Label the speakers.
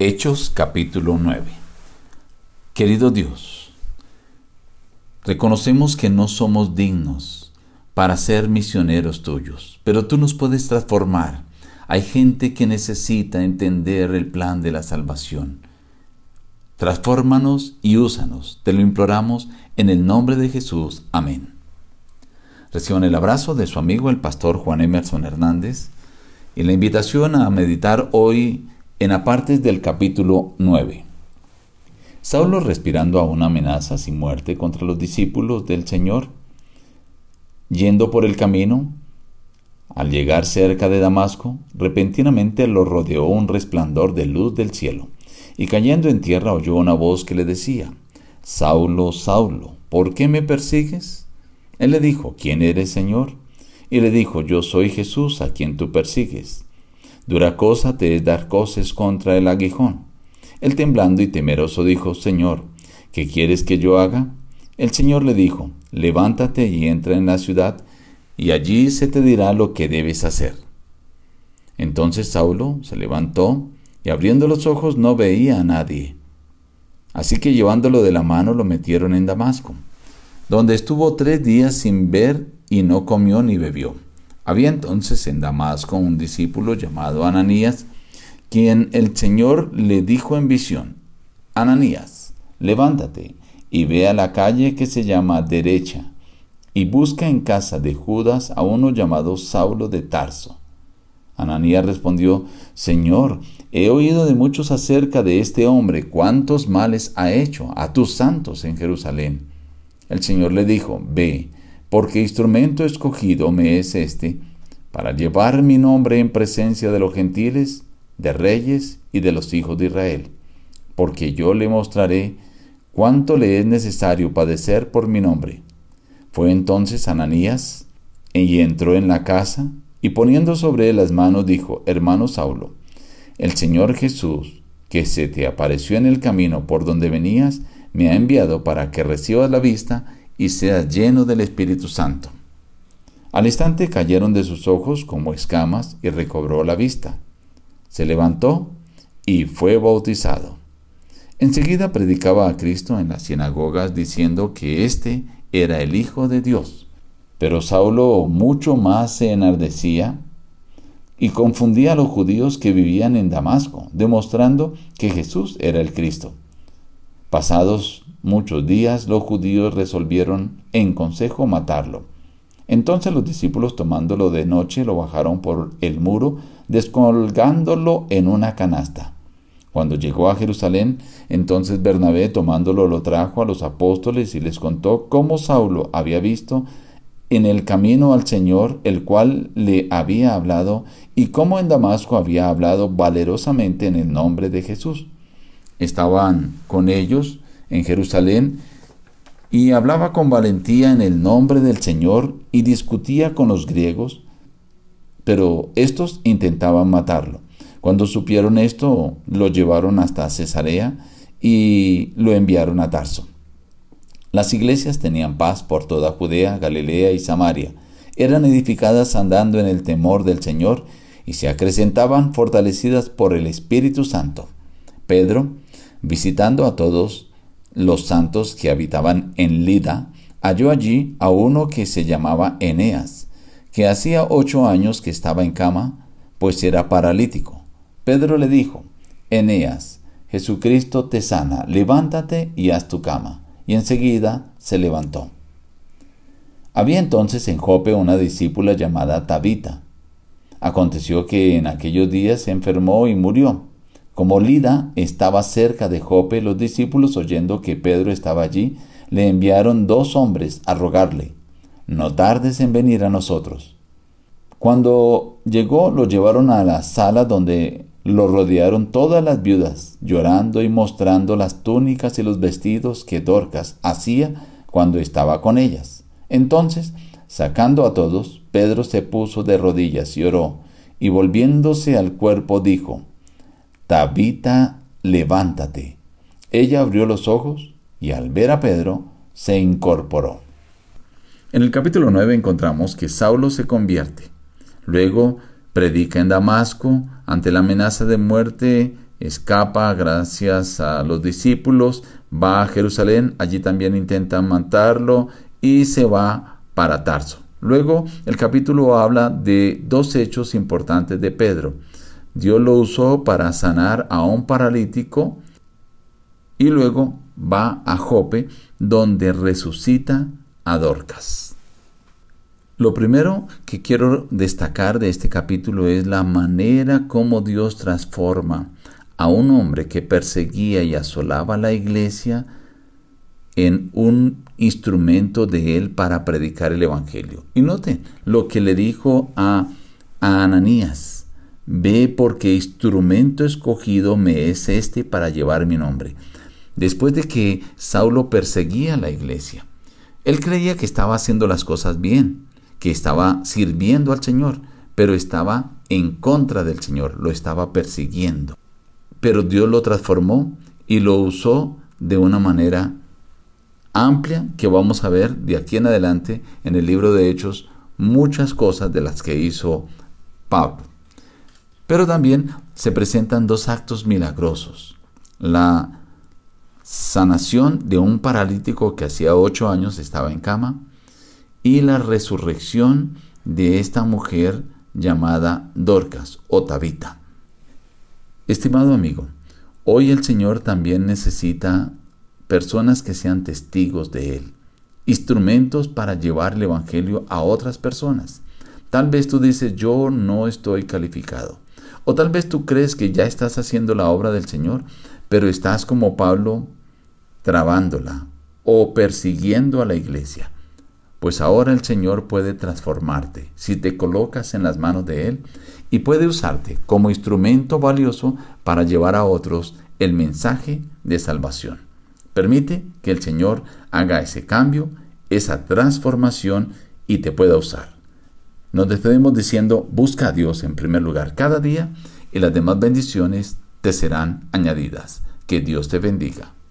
Speaker 1: Hechos capítulo 9. Querido Dios, reconocemos que no somos dignos para ser misioneros tuyos, pero tú nos puedes transformar. Hay gente que necesita entender el plan de la salvación. Transfórmanos y úsanos, te lo imploramos en el nombre de Jesús. Amén. Reciban el abrazo de su amigo el pastor Juan Emerson Hernández y la invitación a meditar hoy en apartes del capítulo 9. Saulo, respirando aún amenazas y muerte contra los discípulos del Señor, yendo por el camino, al llegar cerca de Damasco, repentinamente lo rodeó un resplandor de luz del cielo, y cayendo en tierra oyó una voz que le decía: Saulo, Saulo, ¿por qué me persigues? Él le dijo: ¿Quién eres, Señor? Y le dijo: Yo soy Jesús, a quien tú persigues. Dura cosa te es dar coces contra el aguijón. Él, temblando y temeroso, dijo: Señor, ¿qué quieres que yo haga? El Señor le dijo: Levántate y entra en la ciudad, y allí se te dirá lo que debes hacer. Entonces Saulo se levantó, y abriendo los ojos no veía a nadie. Así que llevándolo de la mano lo metieron en Damasco, donde estuvo 3 días sin ver y no comió ni bebió. Había entonces en Damasco un discípulo llamado Ananías, quien el Señor le dijo en visión: Ananías, levántate y ve a la calle que se llama Derecha, y busca en casa de Judas a uno llamado Saulo de Tarso. Ananías respondió: Señor, he oído de muchos acerca de este hombre, cuántos males ha hecho a tus santos en Jerusalén. El Señor le dijo: Ve, porque instrumento escogido me es este, para llevar mi nombre en presencia de los gentiles, de reyes y de los hijos de Israel, porque yo le mostraré cuánto le es necesario padecer por mi nombre. Fue entonces Ananías y entró en la casa, y poniendo sobre él las manos dijo: Hermano Saulo, el Señor Jesús, que se te apareció en el camino por donde venías, me ha enviado para que recibas la vista y seas lleno del Espíritu Santo. Al instante cayeron de sus ojos como escamas y recobró la vista. Se levantó y fue bautizado. Enseguida predicaba a Cristo en las sinagogas, diciendo que éste era el Hijo de Dios. Pero Saulo mucho más se enardecía y confundía a los judíos que vivían en Damasco, demostrando que Jesús era el Cristo. Pasados muchos días, los judíos resolvieron en consejo matarlo. Entonces los discípulos, tomándolo de noche, lo bajaron por el muro, descolgándolo en una canasta. Cuando llegó a Jerusalén, entonces Bernabé, tomándolo, lo trajo a los apóstoles y les contó cómo Saulo había visto en el camino al Señor, el cual le había hablado, y cómo en Damasco había hablado valerosamente en el nombre de Jesús. Estaban con ellos en Jerusalén, y hablaba con valentía en el nombre del Señor, y discutía con los griegos, pero estos intentaban matarlo. Cuando supieron esto, lo llevaron hasta Cesarea y lo enviaron a Tarso. Las iglesias tenían paz por toda Judea, Galilea y Samaria. Eran edificadas andando en el temor del Señor y se acrecentaban fortalecidas por el Espíritu Santo. Pedro, visitando a todos los santos que habitaban en Lida, halló allí a uno que se llamaba Eneas, que hacía 8 años que estaba en cama, pues era paralítico. Pedro le dijo: Eneas, Jesucristo te sana, levántate y haz tu cama. Y enseguida se levantó. Había entonces en Jope una discípula llamada Tabita. Aconteció que en aquellos días se enfermó y murió. Como Lida estaba cerca de Jope, los discípulos, oyendo que Pedro estaba allí, le enviaron 2 hombres a rogarle: no tardes en venir a nosotros. Cuando llegó, lo llevaron a la sala donde lo rodearon todas las viudas, llorando y mostrando las túnicas y los vestidos que Dorcas hacía cuando estaba con ellas. Entonces, sacando a todos, Pedro se puso de rodillas y oró, y volviéndose al cuerpo dijo: Tabita, levántate. Ella abrió los ojos y al ver a Pedro se incorporó. En el capítulo 9 encontramos que Saulo se convierte. Luego predica en Damasco ante la amenaza de muerte escapa gracias a los discípulos, va a Jerusalén, allí también intentan matarlo y se va para Tarso. Luego el capítulo habla de dos hechos importantes de Pedro. Dios lo usó para sanar a un paralítico y luego va a Jope, donde resucita a Dorcas. Lo primero que quiero destacar de este capítulo es la manera como Dios transforma a un hombre que perseguía y asolaba la iglesia en un instrumento de él para predicar el evangelio. Y noten lo que le dijo a Ananías: ve, porque instrumento escogido me es este para llevar mi nombre. Después de que Saulo perseguía a la iglesia, él creía que estaba haciendo las cosas bien, que estaba sirviendo al Señor, pero estaba en contra del Señor, lo estaba persiguiendo. Pero Dios lo transformó y lo usó de una manera amplia, que vamos a ver de aquí en adelante en el libro de Hechos, muchas cosas de las que hizo Pablo. Pero también se presentan dos actos milagrosos: la sanación de un paralítico que hacía 8 años estaba en cama, y la resurrección de esta mujer llamada Dorcas o Tabita. Estimado amigo, hoy el Señor también necesita personas que sean testigos de Él, instrumentos para llevar el evangelio a otras personas. Tal vez tú dices: yo no estoy calificado. O tal vez tú crees que ya estás haciendo la obra del Señor, pero estás como Pablo trabándola o persiguiendo a la iglesia. Pues ahora el Señor puede transformarte si te colocas en las manos de Él, y puede usarte como instrumento valioso para llevar a otros el mensaje de salvación. Permite que el Señor haga ese cambio, esa transformación, y te pueda usar. Nos despedimos diciendo: busca a Dios en primer lugar cada día, y las demás bendiciones te serán añadidas. Que Dios te bendiga.